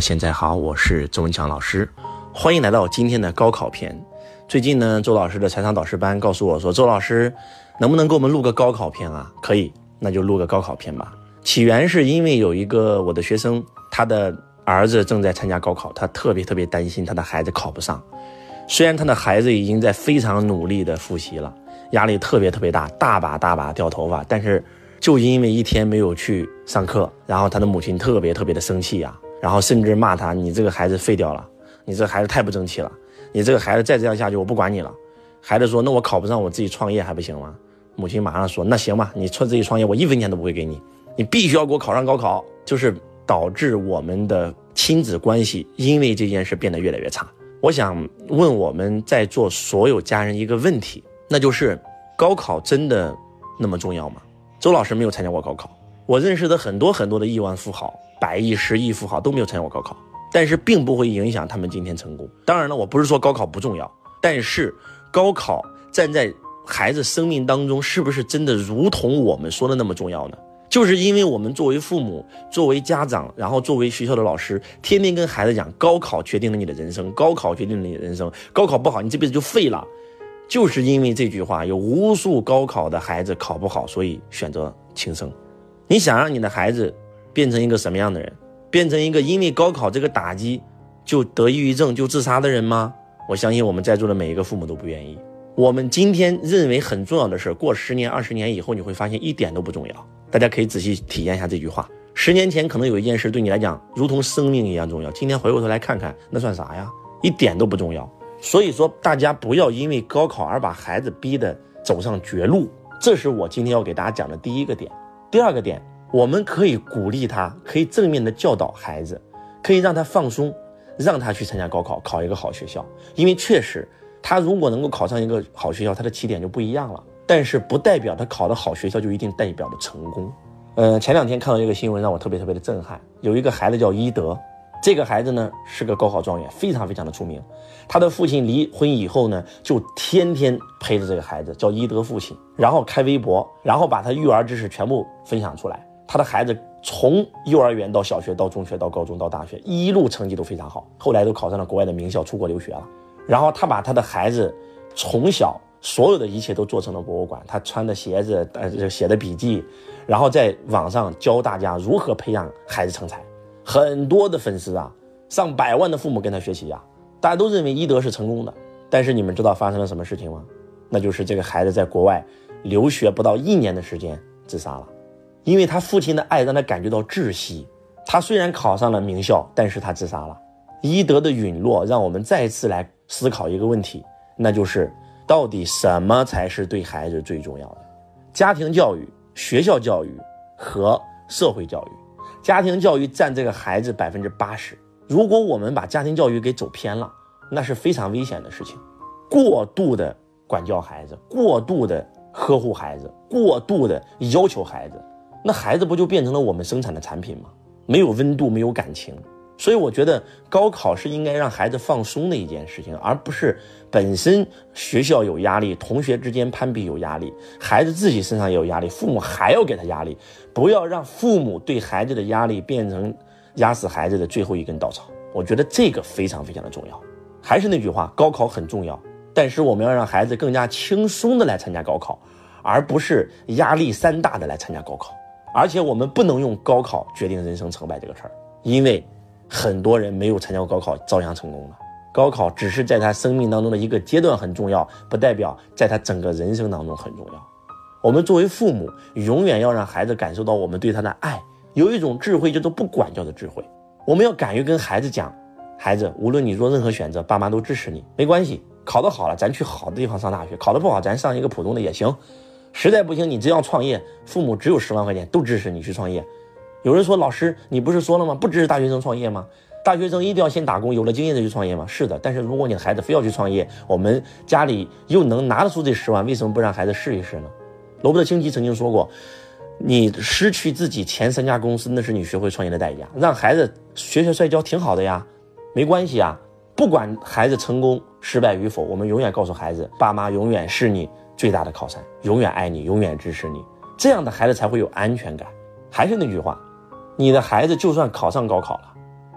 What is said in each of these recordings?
现在好，我是周文强老师，欢迎来到今天的高考篇。最近呢，周老师的财商导师班告诉我说，周老师能不能给我们录个高考篇啊？可以，那就录个高考篇吧。起源是因为有一个我的学生，他的儿子正在参加高考，他特别担心他的孩子考不上。虽然他的孩子已经在非常努力的复习了，压力特别大，大把掉头发，但是就因为一天没有去上课，然后他的母亲特别的生气啊，然后甚至骂他，你这个孩子废掉了，你这个孩子太不争气了，你这个孩子再这样下去我不管你了。孩子说，那我考不上我自己创业还不行吗？母亲马上说，那行吧，你自己创业我1分钱都不会给你，你必须要给我考上高考。就是导致我们的亲子关系因为这件事变得越来越差。我想问我们在座所有家人一个问题，那就是高考真的那么重要吗？周老师没有参加过高考，我认识的很多的亿万富豪、100亿、10亿富豪都没有参加过高考，但是并不会影响他们今天成功。当然了，我不是说高考不重要，但是高考站在孩子生命当中是不是真的如同我们说的那么重要呢？就是因为我们作为父母，作为家长，然后作为学校的老师，天天跟孩子讲高考决定了你的人生，高考决定了你的人生，高考不好你这辈子就废了。就是因为这句话，有无数高考的孩子考不好，所以选择轻生。你想让你的孩子变成一个什么样的人？变成一个因为高考这个打击就得抑郁症就自杀的人吗？我相信我们在座的每一个父母都不愿意。我们今天认为很重要的事，过10年20年以后你会发现一点都不重要。大家可以仔细体验一下这句话。10年前可能有一件事对你来讲如同生命一样重要，今天回过头来看看，那算啥呀？一点都不重要。所以说大家不要因为高考而把孩子逼得走上绝路，这是我今天要给大家讲的第一个点。第二个点，我们可以鼓励他，可以正面的教导孩子，可以让他放松，让他去参加高考，考一个好学校。因为确实他如果能够考上一个好学校，他的起点就不一样了，但是不代表他考的好学校就一定代表的成功。前2天看到一个新闻让我特别的震撼，有一个孩子叫伊德，这个孩子呢是个高考状元，非常的出名。他的父亲离婚以后呢，就天天陪着这个孩子，叫伊德父亲，然后开微博，然后把他育儿知识全部分享出来。他的孩子从幼儿园到小学到中学到高中到大学，一路成绩都非常好，后来都考上了国外的名校，出国留学了。然后他把他的孩子从小所有的一切都做成了博物馆，他穿的鞋子，写的笔记，然后在网上教大家如何培养孩子成才。很多的粉丝啊，上百万的父母跟他学习啊，大家都认为伊德是成功的。但是你们知道发生了什么事情吗？那就是这个孩子在国外留学不到1年的时间自杀了。因为他父亲的爱让他感觉到窒息，他虽然考上了名校，但是他自杀了。伊德的陨落让我们再次来思考一个问题，那就是到底什么才是对孩子最重要的？家庭教育、学校教育和社会教育。家庭教育占这个孩子80%，如果我们把家庭教育给走偏了，那是非常危险的事情。过度的管教孩子，过度的呵护孩子，过度的要求孩子，那孩子不就变成了我们生产的产品吗？没有温度，没有感情。所以我觉得高考是应该让孩子放松的一件事情，而不是本身学校有压力，同学之间攀比有压力，孩子自己身上也有压力，父母还要给他压力。不要让父母对孩子的压力变成压死孩子的最后一根稻草。我觉得这个非常的重要。还是那句话，高考很重要，但是我们要让孩子更加轻松的来参加高考，而不是压力山大的来参加高考。而且我们不能用高考决定人生成败这个事儿，因为很多人没有参加过高考照样成功了。高考只是在他生命当中的一个阶段很重要，不代表在他整个人生当中很重要。我们作为父母永远要让孩子感受到我们对他的爱，有一种智慧叫做不管教的智慧。我们要敢于跟孩子讲，孩子无论你做任何选择，爸妈都支持你，没关系，考得好了咱去好的地方上大学，考得不好咱上一个普通的也行，实在不行你只要创业，父母只有10万块钱都支持你去创业。有人说，老师你不是说了吗，不支持大学生创业吗？大学生一定要先打工，有了经验再去创业吗？是的，但是如果你的孩子非要去创业，我们家里又能拿得出这10万，为什么不让孩子试一试呢？罗伯特清崎曾经说过，你失去自己前3家公司，那是你学会创业的代价。让孩子学摔跤挺好的呀，没关系啊。不管孩子成功失败与否，我们永远告诉孩子，爸妈永远是你最大的靠山，永远爱你，永远支持你，这样的孩子才会有安全感。还是那句话，你的孩子就算考上高考了，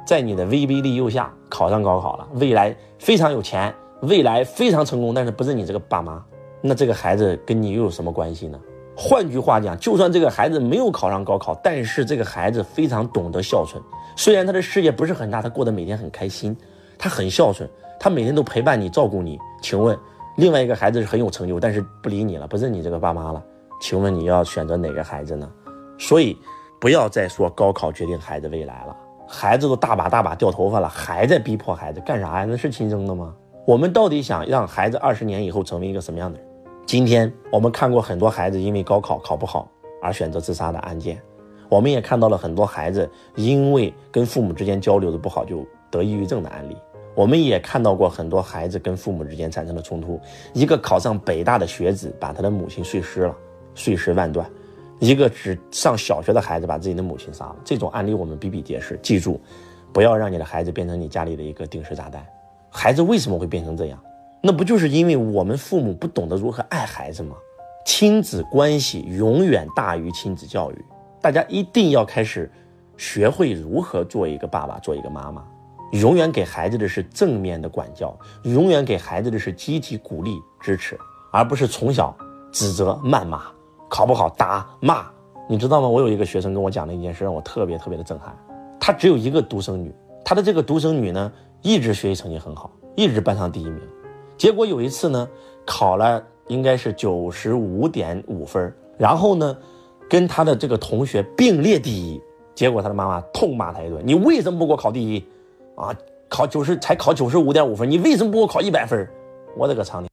在你的威逼利诱下考上高考了，未来非常有钱，未来非常成功，但是不是你这个爸妈，那这个孩子跟你又有什么关系呢？换句话讲，就算这个孩子没有考上高考，但是这个孩子非常懂得孝顺，虽然他的事业不是很大，他过得每天很开心，他很孝顺，他每天都陪伴你照顾你，请问另外一个孩子是很有成就，但是不理你了，不认你这个爸妈了，请问你要选择哪个孩子呢？所以不要再说高考决定孩子未来了，孩子都大把掉头发了，还在逼迫孩子干啥呀？那是亲生的吗？我们到底想让孩子20年以后成为一个什么样的人？今天我们看过很多孩子因为高考考不好而选择自杀的案件，我们也看到了很多孩子因为跟父母之间交流的不好就得抑郁症的案例，我们也看到过很多孩子跟父母之间产生了冲突，一个考上北大的学子把他的母亲碎尸了，碎尸万段，一个只上小学的孩子把自己的母亲杀了，这种案例我们比比皆是。记住，不要让你的孩子变成你家里的一个定时炸弹。孩子为什么会变成这样？那不就是因为我们父母不懂得如何爱孩子吗？亲子关系永远大于亲子教育，大家一定要开始学会如何做一个爸爸，做一个妈妈。永远给孩子的是正面的管教，永远给孩子的是积极鼓励支持，而不是从小指责谩骂，考不好打骂。你知道吗？我有一个学生跟我讲了一件事，让我特别的震撼。她只有一个独生女，她的这个独生女呢，一直学习成绩很好，一直班上第1名。结果有一次呢，考了应该是95.5分，然后呢，跟她的这个同学并列第1。结果她的妈妈痛骂她一顿：“你为什么不给我考第1啊？才考95.5分，你为什么不给我考100分？”我的个苍天！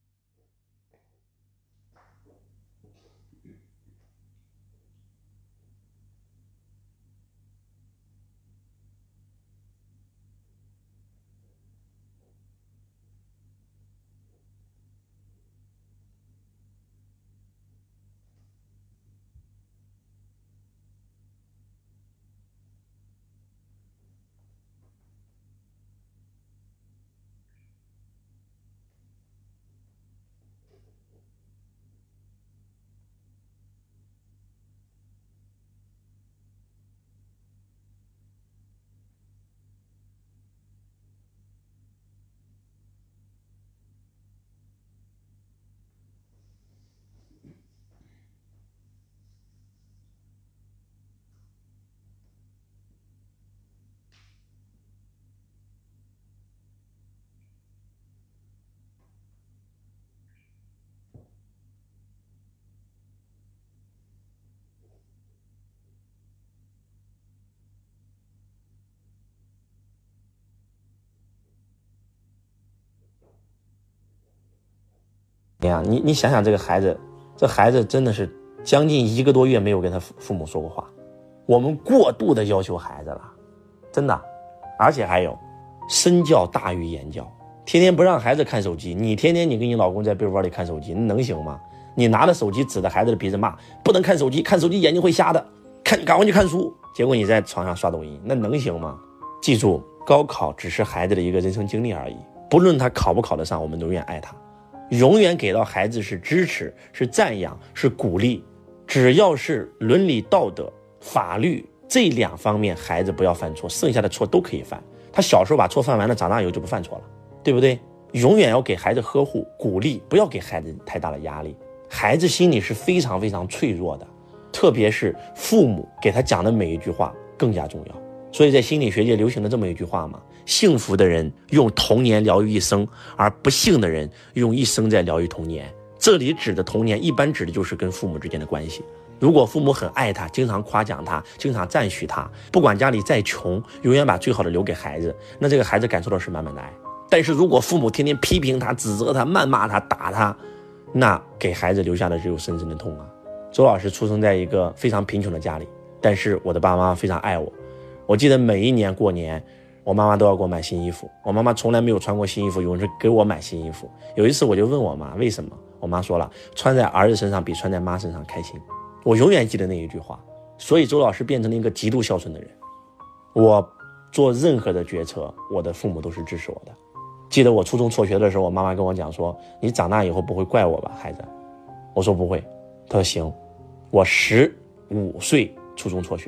你想想这个孩子，这孩子真的是将近1个多月没有跟他父母说过话。我们过度的要求孩子了，真的。而且还有身教大于言教，天天不让孩子看手机，你天天你跟你老公在被窝里看手机，能行吗？你拿着手机指着孩子的鼻子骂，不能看手机，看手机眼睛会瞎的，赶快去看书。结果你在床上刷抖音，那能行吗？记住，高考只是孩子的一个人生经历而已，不论他考不考得上，我们都永远爱他，永远给到孩子是支持，是赞扬，是鼓励。只要是伦理道德法律这2方面孩子不要犯错，剩下的错都可以犯。他小时候把错犯完了，长大以后就不犯错了，对不对？永远要给孩子呵护鼓励，不要给孩子太大的压力。孩子心里是非常脆弱的，特别是父母给他讲的每一句话更加重要。所以在心理学界流行的这么一句话嘛，幸福的人用童年疗愈一生，而不幸的人用一生在疗愈童年。这里指的童年一般指的就是跟父母之间的关系。如果父母很爱他，经常夸奖他，经常赞许他，不管家里再穷，永远把最好的留给孩子，那这个孩子感受到是满满的爱。但是如果父母天天批评他，指责他，谩骂他，打他，那给孩子留下的只有深深的痛啊。周老师出生在一个非常贫穷的家里，但是我的爸妈非常爱我。我记得每一年过年，我妈妈都要给我买新衣服，我妈妈从来没有穿过新衣服，有人给我买新衣服。有一次我就问我妈为什么，我妈说了，穿在儿子身上比穿在妈身上开心。我永远记得那一句话。所以周老师变成了一个极度孝顺的人，我做任何的决策，我的父母都是支持我的。记得我初中辍学的时候，我妈妈跟我讲说，你长大以后不会怪我吧孩子？我说不会。她说行。我15岁初中辍学，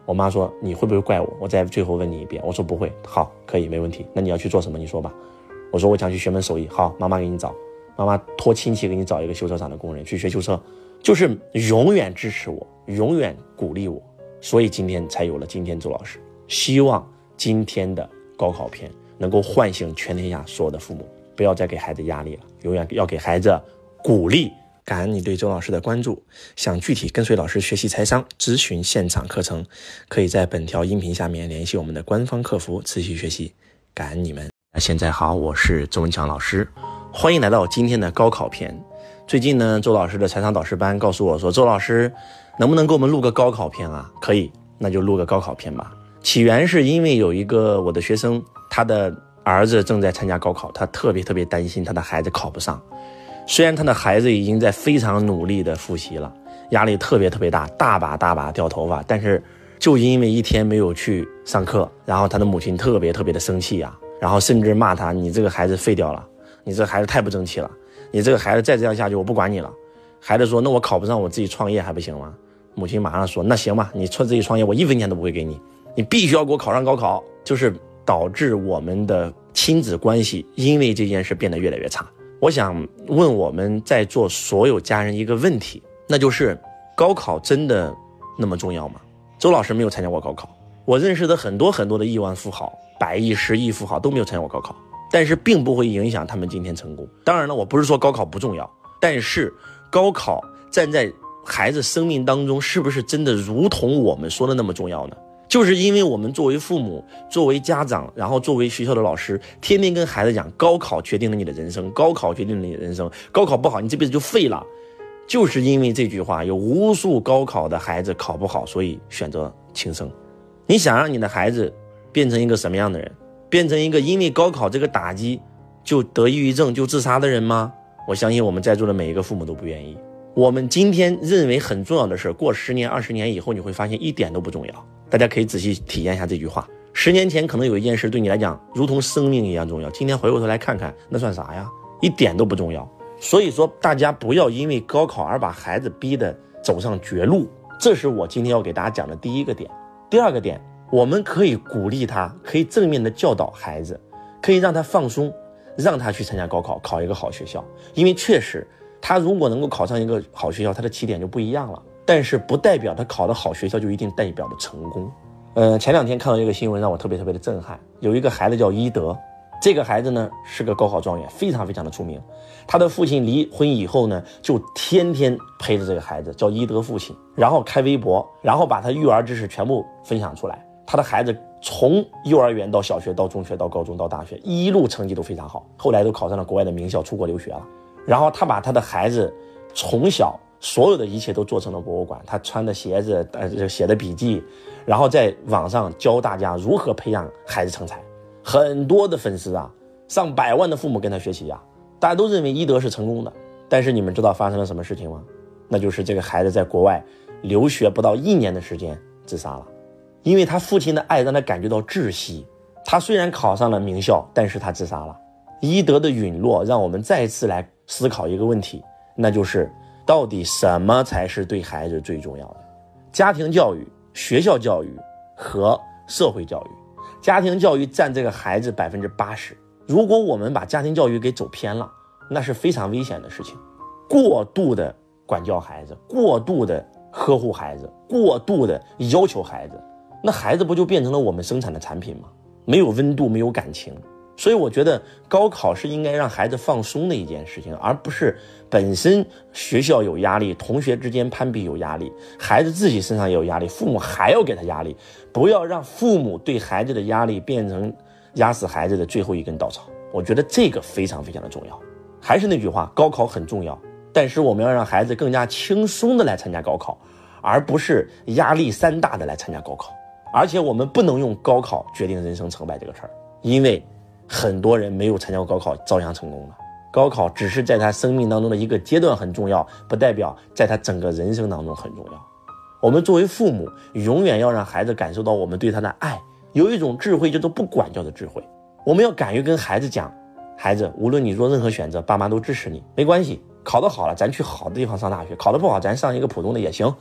我妈说你会不会怪我？我再最后问你一遍。我说不会。好，可以，没问题。那你要去做什么？你说吧。我说我想去学门手艺。好，妈妈给你找，妈妈托亲戚给你找一个修车厂的工人去学修车，就是永远支持我，永远鼓励我。所以今天才有了今天周老师。希望今天的高考篇能够唤醒全天下所有的父母，不要再给孩子压力了，永远要给孩子鼓励。感恩你对周老师的关注，想具体跟随老师学习财商，咨询现场课程，可以在本条音频下面联系我们的官方客服持续学习。感恩你们。现在好，我是周文强老师，欢迎来到今天的高考篇。最近呢，周老师的财商导师班告诉我说，周老师能不能给我们录个高考篇啊？可以，那就录个高考篇吧。起源是因为有一个我的学生，他的儿子正在参加高考，他特别担心他的孩子考不上。虽然他的孩子已经在非常努力的复习了，压力特别大，大把掉头发，但是就因为一天没有去上课，然后他的母亲特别的生气啊，然后甚至骂他，你这个孩子废掉了，你这个孩子太不争气了，你这个孩子再这样下去我不管你了。孩子说那我考不上我自己创业还不行吗？母亲马上说那行吧，你自己创业我1分钱都不会给你，你必须要给我考上高考。就是导致我们的亲子关系因为这件事变得越来越差。我想问我们在座所有家人一个问题，那就是高考真的那么重要吗？周老师没有参加过高考，我认识的很多的亿万富豪、100亿、10亿富豪都没有参加过高考，但是并不会影响他们今天成功。当然了，我不是说高考不重要，但是高考站在孩子生命当中是不是真的如同我们说的那么重要呢？就是因为我们作为父母，作为家长，然后作为学校的老师，天天跟孩子讲高考决定了你的人生，高考决定了你的人生，高考不好你这辈子就废了。就是因为这句话，有无数高考的孩子考不好，所以选择轻生。你想让你的孩子变成一个什么样的人？变成一个因为高考这个打击就得抑郁症就自杀的人吗？我相信我们在座的每一个父母都不愿意。我们今天认为很重要的事，过10年20年以后你会发现一点都不重要。大家可以仔细体验一下这句话。10年前可能有一件事对你来讲如同生命一样重要，今天回过头来看看，那算啥呀？一点都不重要。所以说大家不要因为高考而把孩子逼得走上绝路，这是我今天要给大家讲的第一个点。第二个点，我们可以鼓励他，可以正面的教导孩子，可以让他放松，让他去参加高考，考一个好学校。因为确实他如果能够考上一个好学校，他的起点就不一样了，但是不代表他考的好学校就一定代表的成功。前2天看到一个新闻让我特别的震撼，有一个孩子叫伊德，这个孩子呢是个高考状元，非常的出名。他的父亲离婚以后呢，就天天陪着这个孩子，叫伊德父亲，然后开微博，然后把他育儿知识全部分享出来。他的孩子从幼儿园到小学到中学到高中到大学，一路成绩都非常好，后来都考上了国外的名校，出国留学了。然后他把他的孩子从小所有的一切都做成了博物馆，他穿的鞋子，写的笔记，然后在网上教大家如何培养孩子成才。很多的粉丝啊，上百万的父母跟他学习啊，大家都认为伊德是成功的。但是你们知道发生了什么事情吗？那就是这个孩子在国外留学不到1年的时间自杀了。因为他父亲的爱让他感觉到窒息，他虽然考上了名校，但是他自杀了。伊德的陨落让我们再次来思考一个问题，那就是到底什么才是对孩子最重要的？家庭教育、学校教育和社会教育。家庭教育占这个孩子80%，如果我们把家庭教育给走偏了，那是非常危险的事情。过度的管教孩子，过度的呵护孩子，过度的要求孩子，那孩子不就变成了我们生产的产品吗？没有温度，没有感情。所以我觉得高考是应该让孩子放松的一件事情，而不是本身学校有压力，同学之间攀比有压力，孩子自己身上也有压力，父母还要给他压力。不要让父母对孩子的压力变成压死孩子的最后一根稻草。我觉得这个非常的重要。还是那句话，高考很重要，但是我们要让孩子更加轻松的来参加高考，而不是压力山大的来参加高考。而且我们不能用高考决定人生成败这个事儿，因为很多人没有参加过高考照样成功了。高考只是在他生命当中的一个阶段很重要，不代表在他整个人生当中很重要。我们作为父母永远要让孩子感受到我们对他的爱，有一种智慧叫做不管教的智慧。我们要敢于跟孩子讲，孩子无论你做任何选择，爸妈都支持你，没关系，考得好了咱去好的地方上大学，考得不好咱上一个普通的也行，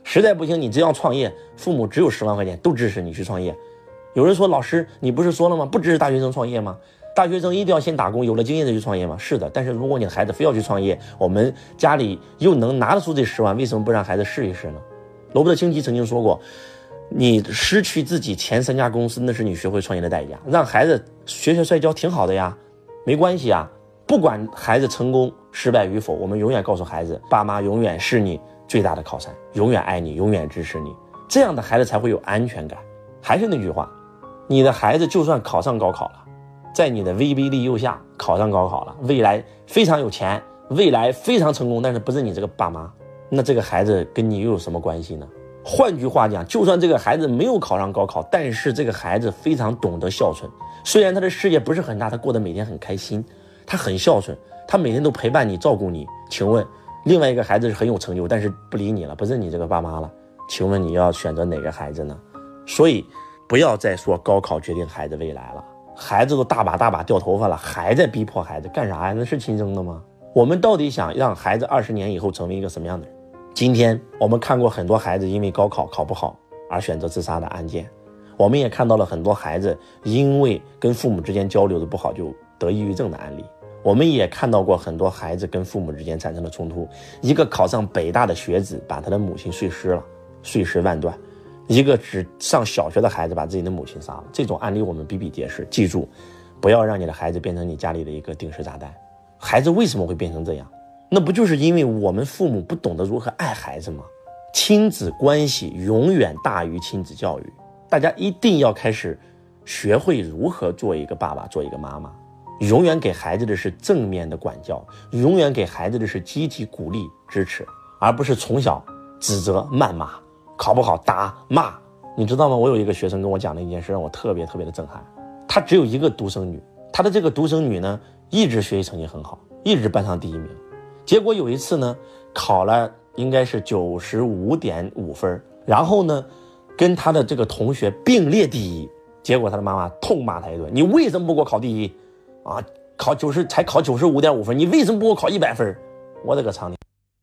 实在不行你只要创业，父母只有10万块钱都支持你去创业。有人说老师你不是说了吗？不支持大学生创业吗？大学生一定要先打工，有了经验再去创业吗？是的，但是如果你的孩子非要去创业，我们家里又能拿得出这10万，为什么不让孩子试一试呢？罗伯特清崎曾经说过，你失去自己前3家公司，那是你学会创业的代价。让孩子学摔跤挺好的呀，没关系啊。不管孩子成功失败与否，我们永远告诉孩子，爸妈永远是你最大的靠山，永远爱你，永远支持你，这样的孩子才会有安全感。还是那句话，你的孩子就算考上高考了，在你的威逼利诱下考上高考了，未来非常有钱，未来非常成功，但是不是你这个爸妈，那这个孩子跟你又有什么关系呢？换句话讲，就算这个孩子没有考上高考，但是这个孩子非常懂得孝顺，虽然他的事业不是很大，他过得每天很开心，他很孝顺，他每天都陪伴你照顾你，请问另外一个孩子是很有成就，但是不理你了，不是你这个爸妈了，请问你要选择哪个孩子呢？所以不要再说高考决定孩子未来了，孩子都大把掉头发了，还在逼迫孩子干啥呀？那是亲生的吗？我们到底想让孩子20年以后成为一个什么样的人？今天我们看过很多孩子因为高考考不好而选择自杀的案件，我们也看到了很多孩子因为跟父母之间交流的不好就得抑郁症的案例，我们也看到过很多孩子跟父母之间产生了冲突，一个考上北大的学子把他的母亲碎尸了，碎尸万段，一个只上小学的孩子把自己的母亲杀了，这种案例我们比比皆是。记住，不要让你的孩子变成你家里的一个定时炸弹。孩子为什么会变成这样？那不就是因为我们父母不懂得如何爱孩子吗？亲子关系永远大于亲子教育，大家一定要开始学会如何做一个爸爸，做一个妈妈。永远给孩子的是正面的管教，永远给孩子的是积极鼓励支持，而不是从小指责谩骂，考不好打骂。你知道吗？我有一个学生跟我讲了一件事，让我特别的震撼。她只有一个独生女，她的这个独生女呢，一直学习成绩很好，一直班上第1名。结果有一次呢，考了应该是95.5分，然后呢，跟她的这个同学并列第1。结果她的妈妈痛骂她一顿：“你为什么不给我考第1？啊，才考95.5分，你为什么不给我考100分？”我的个苍天！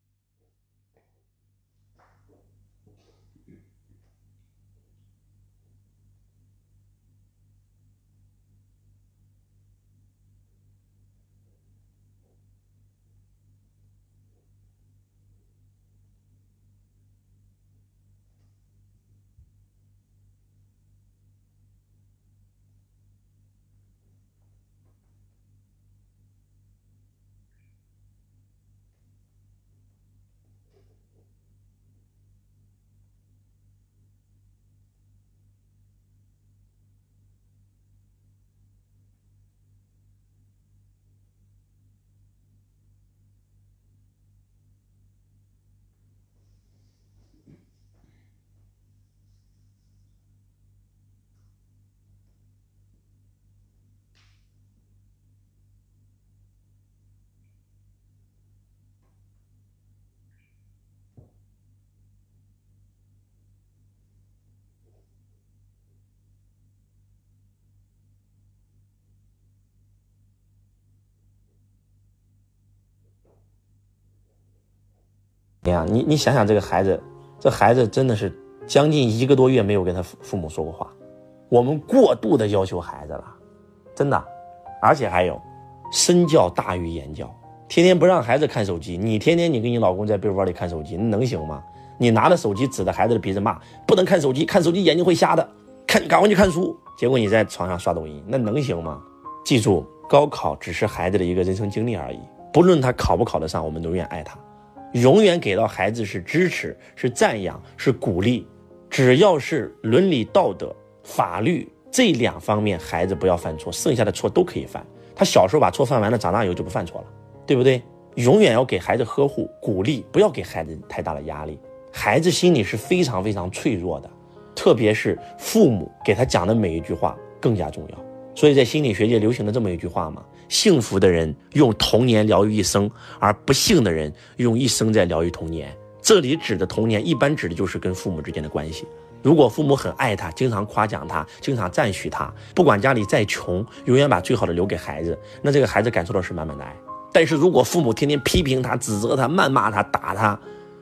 你想想这个孩子，这孩子真的是将近1个多月没有跟他父母说过话。我们过度的要求孩子了，真的。而且还有身教大于言教，天天不让孩子看手机，你天天你跟你老公在被窝里看手机，能行吗？你拿着手机指着孩子的鼻子骂，不能看手机，看手机眼睛会瞎的，赶快去看书。结果你在床上刷抖音，那能行吗？记住，高考只是孩子的一个人生经历而已，不论他考不考得上，我们都永远爱他，永远给到孩子是支持，是赞扬，是鼓励。只要是伦理道德法律这2方面孩子不要犯错，剩下的错都可以犯。他小时候把错犯完了，长大以后就不犯错了，对不对？永远要给孩子呵护鼓励，不要给孩子太大的压力。孩子心里是非常非常脆弱的，特别是父母给他讲的每一句话更加重要。所以在心理学界流行的这么一句话嘛，幸福的人用童年疗愈一生，而不幸的人用一生在疗愈童年。这里指的童年一般指的就是跟父母之间的关系。如果父母很爱他，经常夸奖他，经常赞许他，不管家里再穷，永远把最好的留给孩子，那这个孩子感受到是满满的爱。但是如果父母天天批评他，指责他，谩骂他，打他，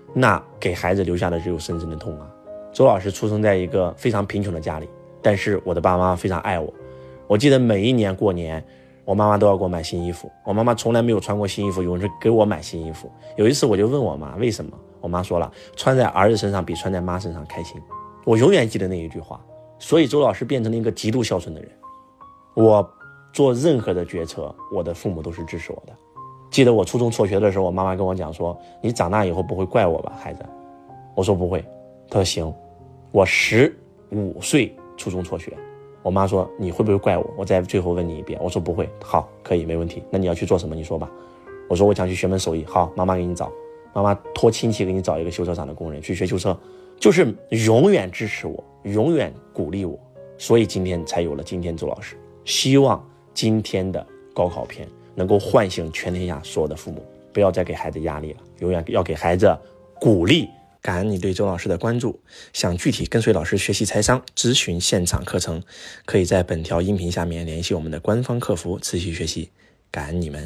那给孩子留下的只有深深的痛啊。周老师出生在一个非常贫穷的家里，但是我的爸妈非常爱我。我记得每一年过年，我妈妈都要给我买新衣服，我妈妈从来没有穿过新衣服，有人给我买新衣服。有一次我就问我妈为什么，我妈说了，穿在儿子身上比穿在妈身上开心。我永远记得那一句话。所以周老师变成了一个极度孝顺的人，我做任何的决策，我的父母都是支持我的。记得我初中辍学的时候，我妈妈跟我讲说，你长大以后不会怪我吧孩子？我说不会。她说行。我15岁初中辍学，我妈说你会不会怪我？我再最后问你一遍。我说不会。好，可以，没问题。那你要去做什么你说吧。我说我想去学门手艺。好，妈妈给你找，妈妈托亲戚给你找一个修车厂的工人去学修车，就是永远支持我，永远鼓励我。所以今天才有了今天周老师。希望今天的高考篇能够唤醒全天下所有的父母，不要再给孩子压力了，永远要给孩子鼓励。感恩你对周老师的关注，想具体跟随老师学习财商，咨询现场课程，可以在本条音频下面联系我们的官方客服咨询学习。感恩你们。